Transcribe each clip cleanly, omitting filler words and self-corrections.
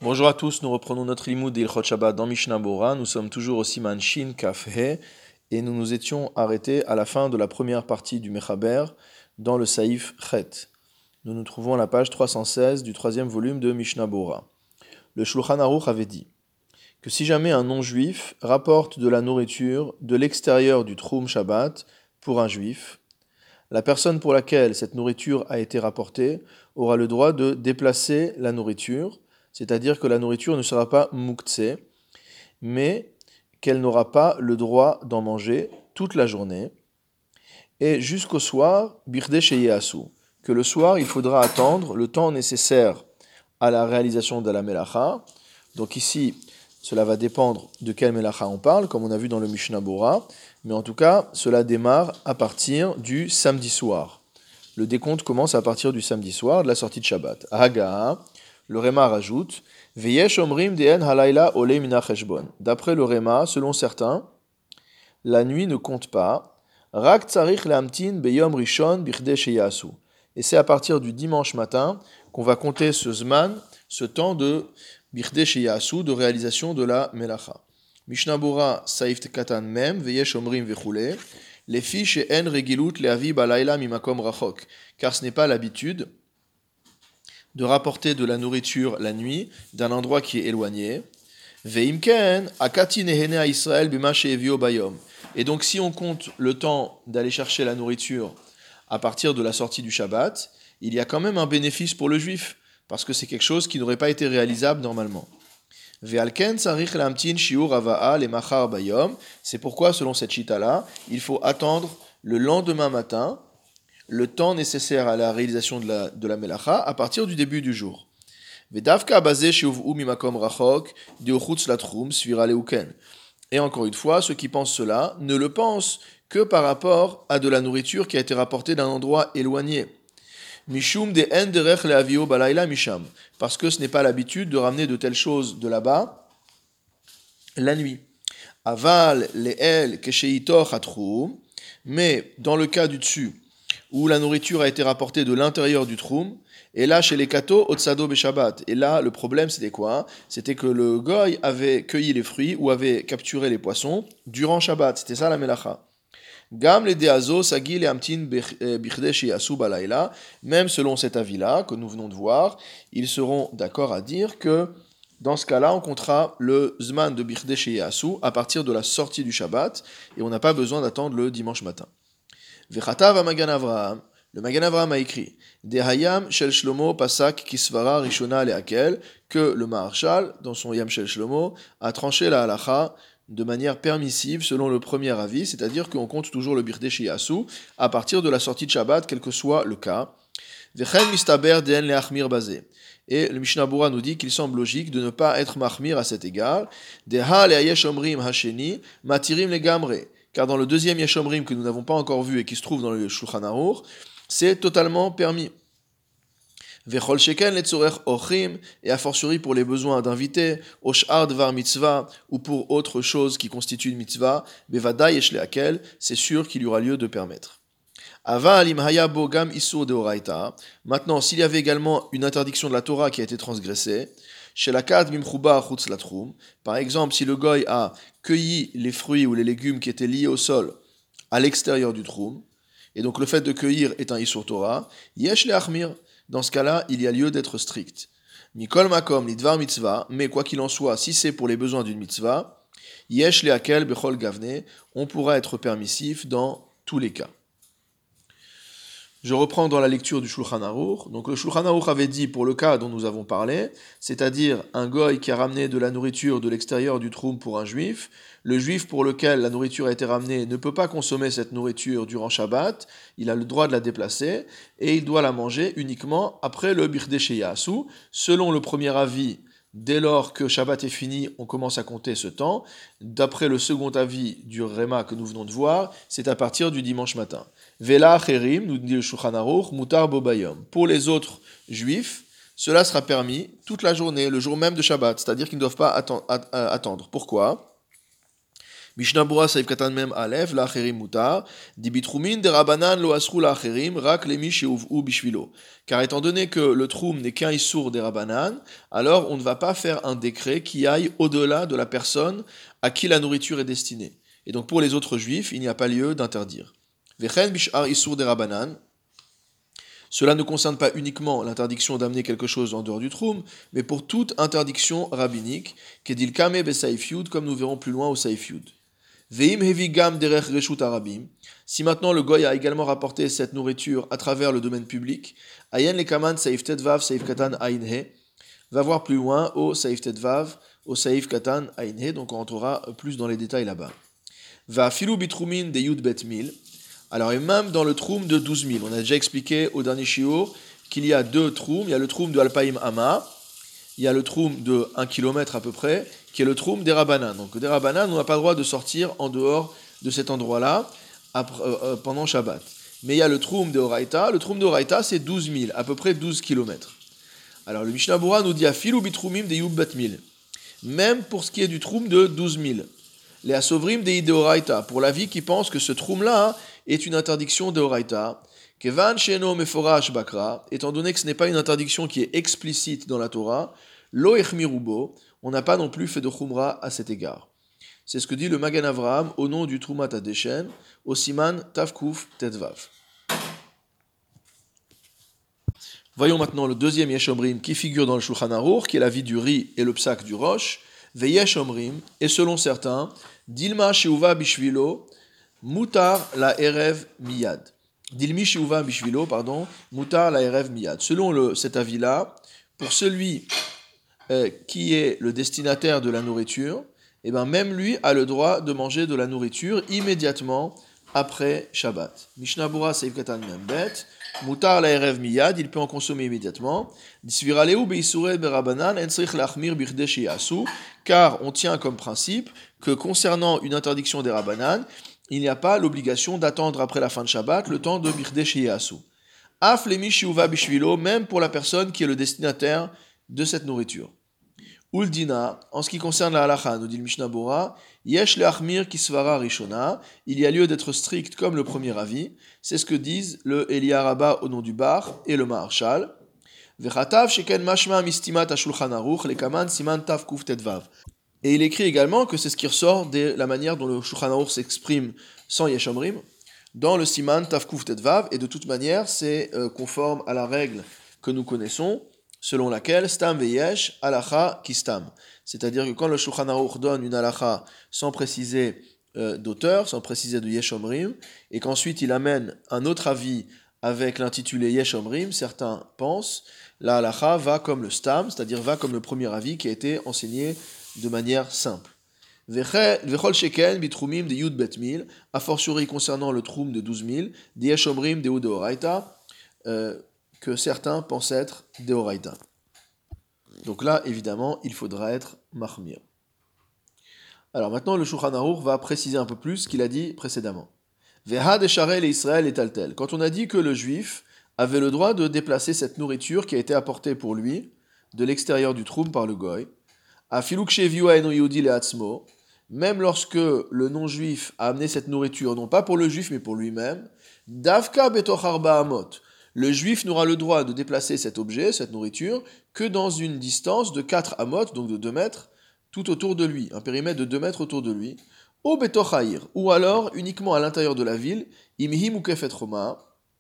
Bonjour à tous, nous reprenons notre limoud d'Ilchot Shabbat dans Mishnah Bora. Nous sommes toujours au Siman Shin Kaf He et nous nous étions arrêtés à la fin de la première partie du Mechaber dans le Saïf Chet. Nous nous trouvons à la page 316 du troisième volume de Mishnah Bora. Le Shulchan Aruch avait dit que si jamais un non-juif rapporte de la nourriture de l'extérieur du Troum Shabbat pour un juif, la personne pour laquelle cette nourriture a été rapportée aura le droit de déplacer la nourriture, c'est-à-dire que la nourriture ne sera pas muktzeh, mais qu'elle n'aura pas le droit d'en manger toute la journée, et jusqu'au soir, birde sheyeasu, que le soir il faudra attendre le temps nécessaire à la réalisation de la melacha. Donc ici, cela va dépendre de quelle melacha on parle, comme on a vu dans le Mishnah Bora, mais en tout cas, cela démarre à partir du samedi soir. Le décompte commence à partir du samedi soir de la sortie de Shabbat. Haga, le Réma rajoute Veyesh omrim deen halayla ole mina cheshbon. D'après le Réma, selon certains, la nuit ne compte pas. Rak tsarich lehamtin beyom rishon birde sheyasu. Et c'est à partir du dimanche matin qu'on va compter ce zman, ce temps de birde sheyasu, de réalisation de la melacha. Mishnah Bora saif katan mem veyesh omrim vechule. Les fiches et en regilut leavi balayla mimakom rachok. Car ce n'est pas l'habitude de rapporter de la nourriture la nuit d'un endroit qui est éloigné. Veimken akati nehene a Israël bima sheevio bayom. Et donc si on compte le temps d'aller chercher la nourriture à partir de la sortie du Shabbat, il y a quand même un bénéfice pour le juif, parce que c'est quelque chose qui n'aurait pas été réalisable normalement. Ve'alken sarich lamtin shiur ava'a le machar bayom. C'est pourquoi, selon cette chita-là, il faut attendre le lendemain matin, le temps nécessaire à la réalisation de la melacha à partir du début du jour. Et encore une fois, ceux qui pensent cela ne le pensent que par rapport à de la nourriture qui a été rapportée d'un endroit éloigné. Mishum de enderech leavio balayla misham, parce que ce n'est pas l'habitude de ramener de telles choses de là-bas la nuit. Aval leel kesheito chatrum, mais dans le cas du dessus, où la nourriture a été rapportée de l'intérieur du troum, et là, chez les kato, otsado beshabbat. Et là, le problème, c'était quoi ? C'était que le goy avait cueilli les fruits ou avait capturé les poissons durant Shabbat. C'était ça la melacha. Gam le deazo sagi le amtin bichdeh sheyasu balayla. Même selon cet avis-là, que nous venons de voir, ils seront d'accord à dire que dans ce cas-là, on comptera le zman de bichdeh sheyasu à partir de la sortie du Shabbat, et on n'a pas besoin d'attendre le dimanche matin. Vechatav a Magan Avraham. Le Magan Avraham a écrit Dehayam shel Shlomo pasak kisvara rishona leakel, que le Maharshal, dans son Yam shel Shlomo, a tranché la halacha de manière permissive selon le premier avis, c'est-à-dire qu'on compte toujours le birde sheyasu à partir de la sortie de Shabbat, quel que soit le cas. Vechen mistaber den leachmir bazé. Et le Mishnah Bora nous dit qu'il semble logique de ne pas être mahmir à cet égard. Deha leayesh omrim hasheni matirim legamre. Car dans le deuxième Yeshomrim que nous n'avons pas encore vu et qui se trouve dans le Shulchan Aruch, c'est totalement permis. Vechol sheken letzorech ochim, et a fortiori pour les besoins d'invités, oshar dvar mitzvah, ou pour autre chose qui constitue une mitzvah, bevada yesh leakel, c'est sûr qu'il y aura lieu de permettre. Ava alim haya bo gam isur deoraita. Maintenant, s'il y avait également une interdiction de la Torah qui a été transgressée, par exemple, si le goy a cueilli les fruits ou les légumes qui étaient liés au sol à l'extérieur du troum, et donc le fait de cueillir est un Isur Torah, yesh le achmir. Dans ce cas-là, il y a lieu d'être strict. Mikol makom lidvar mitzvah, mais quoi qu'il en soit, si c'est pour les besoins d'une mitzvah, yesh le akel bechol gavne, on pourra être permissif dans tous les cas. Je reprends dans la lecture du Shulchan Aruch. Donc le Shulchan Aruch avait dit, pour le cas dont nous avons parlé, c'est-à-dire un goy qui a ramené de la nourriture de l'extérieur du troum pour un juif, le juif pour lequel la nourriture a été ramenée ne peut pas consommer cette nourriture durant Shabbat, il a le droit de la déplacer, et il doit la manger uniquement après le birde sheyasu. Selon le premier avis, dès lors que Shabbat est fini, on commence à compter ce temps. D'après le second avis du Réma que nous venons de voir, c'est à partir du dimanche matin. Vela acherim, nous dit le Shulchan Aruch, mutar bobayom. Pour les autres juifs, cela sera permis toute la journée, le jour même de Shabbat, c'est-à-dire qu'ils ne doivent pas attendre. Pourquoi ? Mishnah Bura Saif Katan Mem Aleph, La'acherim Mutar, Dibitrumin de Rabanan Lo Asru La'acherim, Rak Lemi Sheuv'u Bishvilo. Car étant donné que le Troum n'est qu'un Issour des Rabanan, alors on ne va pas faire un décret qui aille au-delà de la personne à qui la nourriture est destinée. Et donc pour les autres juifs, il n'y a pas lieu d'interdire. Vechen Bishar Issour des Rabanan. Cela ne concerne pas uniquement l'interdiction d'amener quelque chose en dehors du troum, mais pour toute interdiction rabbinique, Kedil Kame Be Saif Yud, comme nous verrons plus loin au Saif Yud. Veim hevi gam derech reshut arabim. Si maintenant le goy a également rapporté cette nourriture à travers le domaine public, ayen le kaman saif tetvav saif katan ainhe, va voir plus loin au saif tetvav, au saif katan ainhe, donc on rentrera plus dans les détails là-bas. Va filou bitrumin de yud bet mil. Alors et même dans le troum de 12 000, on a déjà expliqué au dernier shiur qu'il y a deux troums, il y a le troum de Alpaïm Ama, il y a le troum de 1 km à peu près, qui est le troum des Rabbanan. Donc des Rabbanan, on n'a pas le droit de sortir en dehors de cet endroit-là pendant Shabbat. Mais il y a le troum de Horaïta. Le troum de Horaïta, c'est 12 000, à peu près 12 km. Alors le Mishnah Bura nous dit Afilu bitrumim de Yub bat mil. Même pour ce qui est du troum de 12 000. Les Asovrim de Ideoraïta, pour la vie qui pense que ce troum-là est une interdiction de Horaïta. Kevan sheno meforash bakra, étant donné que ce n'est pas une interdiction qui est explicite dans la Torah, lo echmirubo, on n'a pas non plus fait de chumra à cet égard. C'est ce que dit le Magan Avraham au nom du Trumat Hadeshen, au Siman Tavkuf Tetvav. Voyons maintenant le deuxième Yesh Omrim qui figure dans le Shulchan Aruch, qui est la vie du riz et le psak du roche. Ve Yesh Omrim, et selon certains, Dilma Sheuva Bishvilo, Mutar la Erev Miyad. Dilmi Sheuva Bishvilo, Mutar la Erev Miyad. Selon cet avis-là, pour celui qui est le destinataire de la nourriture, et ben même lui a le droit de manger de la nourriture immédiatement après Shabbat. Mishnah Bura Seif Katan Membet, Mutar la Erev Miyad, il peut en consommer immédiatement. Disviraleu beisure berabanan ensrich lachmir birde sheyasu, car on tient comme principe que concernant une interdiction des Rabbanan, il n'y a pas l'obligation d'attendre après la fin de Shabbat le temps de birde sheyasu. Af lemi shiuva bishvilo, même pour la personne qui est le destinataire de cette nourriture. Uldina, en ce qui concerne la halacha, nous dit le Mishnah Bora, yesh leachmir kisvara rishona, il y a lieu d'être strict comme le premier avis, c'est ce que disent le Elia Rabba au nom du Bar et le Maharshal. Vechatav sheken mashma mistimat ashulchan aruch lekaman siman tav kuf tetvav. Et il écrit également que c'est ce qui ressort de la manière dont le Shulchan Aruch s'exprime sans Yesh Omrim, dans le siman tav kuf tetvav, et de toute manière c'est conforme à la règle que nous connaissons, selon laquelle stam veyesh halacha kistam. C'est-à-dire que quand le Shulchan Aruch donne une halacha sans préciser d'auteur, sans préciser de Yesh Omrim, et qu'ensuite il amène un autre avis avec l'intitulé Yesh Omrim, certains pensent, la halacha va comme le stam, c'est-à-dire va comme le premier avis qui a été enseigné de manière simple. Vechol sheken bitrumim de yud bet mil, a fortiori concernant le troum de 12 000, de Yesh Omrim de Udeoraita, que certains pensent être Deoraita. Donc là, évidemment, il faudra être Mahmir. Alors maintenant, le Shulchan Aruch va préciser un peu plus ce qu'il a dit précédemment. Veha desharel et Israël et taltel. Quand on a dit que le juif avait le droit de déplacer cette nourriture qui a été apportée pour lui de l'extérieur du troum par le goy, a filuk sheviu eno yehudi leatzmo, même lorsque le non-juif a amené cette nourriture, non pas pour le juif mais pour lui-même, davka betoch arba amot. Le juif n'aura le droit de déplacer cet objet, cette nourriture, que dans une distance de 4 amot, donc de 2 mètres, tout autour de lui, un périmètre de 2 mètres autour de lui, au betochaïr, ou alors uniquement à l'intérieur de la ville, imhim ou kefet roma,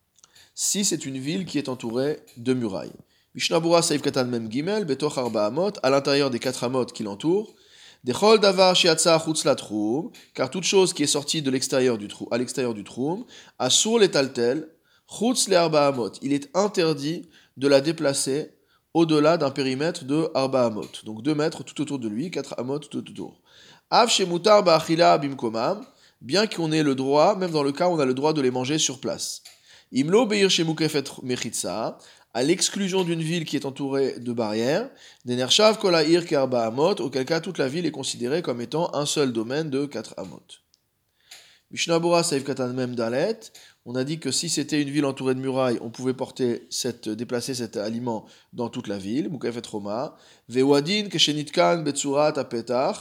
si c'est une ville qui est entourée de murailles. Mishnah Bura Saif Katan Mem Gimel, betoch arba amot, à l'intérieur des 4 amot qui l'entourent, dechol davar shiatsa chutz la troum, car toute chose qui est sortie de l'extérieur du troum, à l'extérieur du troum, asur les taltel, chutz le arba amot, il est interdit de la déplacer au-delà d'un périmètre de arba amot, donc 2 mètres tout autour de lui, 4 amot tout autour. Av shemutar ba'achila bimkomam, bien qu'on ait le droit, même dans le cas où on a le droit de les manger sur place. Imlo beir shemukefet mechitza, à l'exclusion d'une ville qui est entourée de barrières, denershav kolair karba amot, auquel cas toute la ville est considérée comme étant un seul domaine de 4 amot. Mishnah Bora Saif Katan Mem Dalet, on a dit que si c'était une ville entourée de murailles, on pouvait déplacer cet aliment dans toute la ville, mukefet roma, vewadin keshenitkan betsurat apetach,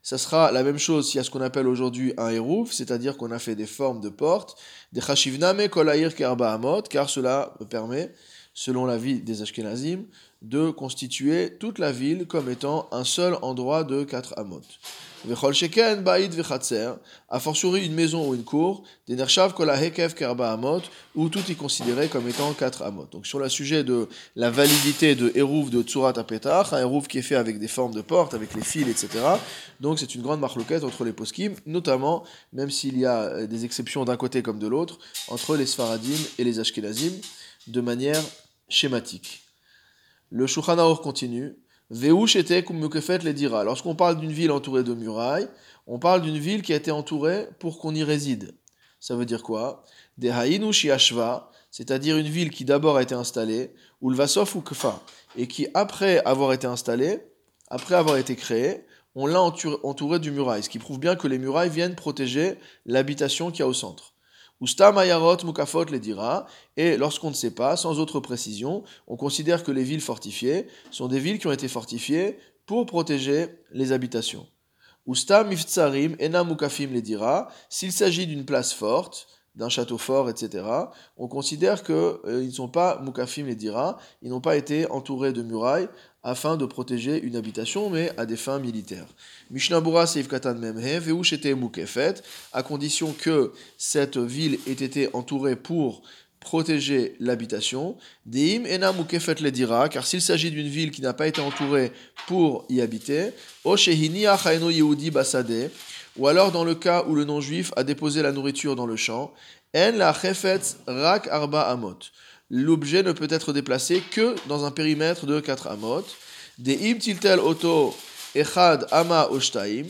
Ça sera la même chose s'il y a ce qu'on appelle aujourd'hui un hérouf, c'est-à-dire qu'on a fait des formes de portes, des chashivname kolaïr kerba amot, car cela permet, selon l'avis des Ashkenazim, de constituer toute la ville comme étant un seul endroit de 4 amot. Vechol sheken ba'id vechatser, a fortiori une maison ou une cour, des nershav kol hahekev kerba amot, où tout est considéré comme étant 4 amot. Donc sur le sujet de la validité de hérouf de tsurat apetach, un hérouf qui est fait avec des formes de portes, avec les fils, etc. Donc c'est une grande marloquette entre les poskim, notamment, même s'il y a des exceptions d'un côté comme de l'autre, entre les sfaradim et les ashkenazim, de manière schématique. Le Shulchan Aruch continue. Veush était kum mukefet les dira. Lorsqu'on parle d'une ville entourée de murailles, on parle d'une ville qui a été entourée pour qu'on y réside. Ça veut dire quoi? Des haïnu shiashva, c'est-à-dire une ville qui d'abord a été installée, ou le vasof ou kfa, et qui après avoir été installée, après avoir été créée, on l'a entourée du muraille, ce qui prouve bien que les murailles viennent protéger l'habitation qu'il y a au centre. Ustam ayarot mukafot les dira, et lorsqu'on ne sait pas, sans autre précision, on considère que les villes fortifiées sont des villes qui ont été fortifiées pour protéger les habitations. Ustam miftsarim ena mukafim les dira, s'il s'agit d'une place forte, d'un château fort, etc., on considère qu'ils ne sont pas mukafim les dira, ils n'ont pas été entourés de murailles afin de protéger une habitation, mais à des fins militaires. Mishnah Bura Seif Katan Memhe, Veush était mukefet, à condition que cette ville ait été entourée pour protéger l'habitation. Deim ena mukefet le dira, car s'il s'agit d'une ville qui n'a pas été entourée pour y habiter, O shehini achaino yehudi basade, ou alors dans le cas où le non-juif a déposé la nourriture dans le champ, en la chefetz rak arba amot. L'objet ne peut être déplacé que dans un périmètre de 4 amot. Deim tiltel oto echad ama oshtaim.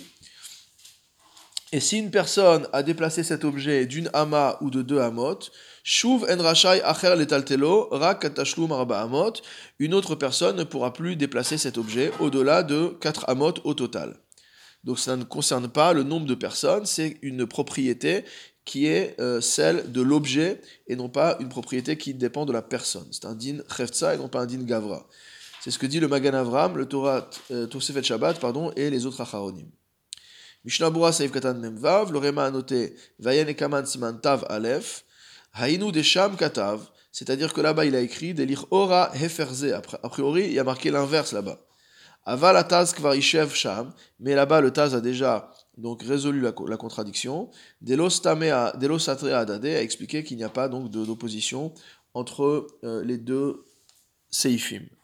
Et si une personne a déplacé cet objet d'une ama ou de 2 amot, shuv en rachai acher letaltelo rak katashlum arba amot, une autre personne ne pourra plus déplacer cet objet au-delà de 4 amot au total. Donc ça ne concerne pas le nombre de personnes, c'est une propriété qui est celle de l'objet et non pas une propriété qui dépend de la personne. C'est un din chefza et non pas un din gavra. C'est ce que dit le Magan Avram, le Torah Tosefet Shabbat, et les autres acharonim. Mishnah Bura Seif Katan Memvav, le Réma a noté Vayen Ekaman Siman Tav Aleph, Hainu Desham Katav, c'est-à-dire que là-bas il a écrit Delich Ora Heferze, a priori il y a marqué l'inverse là-bas. Aval ataz kvar ishev sham, mais là-bas le Taz a déjà donc résolu la contradiction. Delos satrea adade a expliqué qu'il n'y a pas donc d'opposition entre les deux seifim.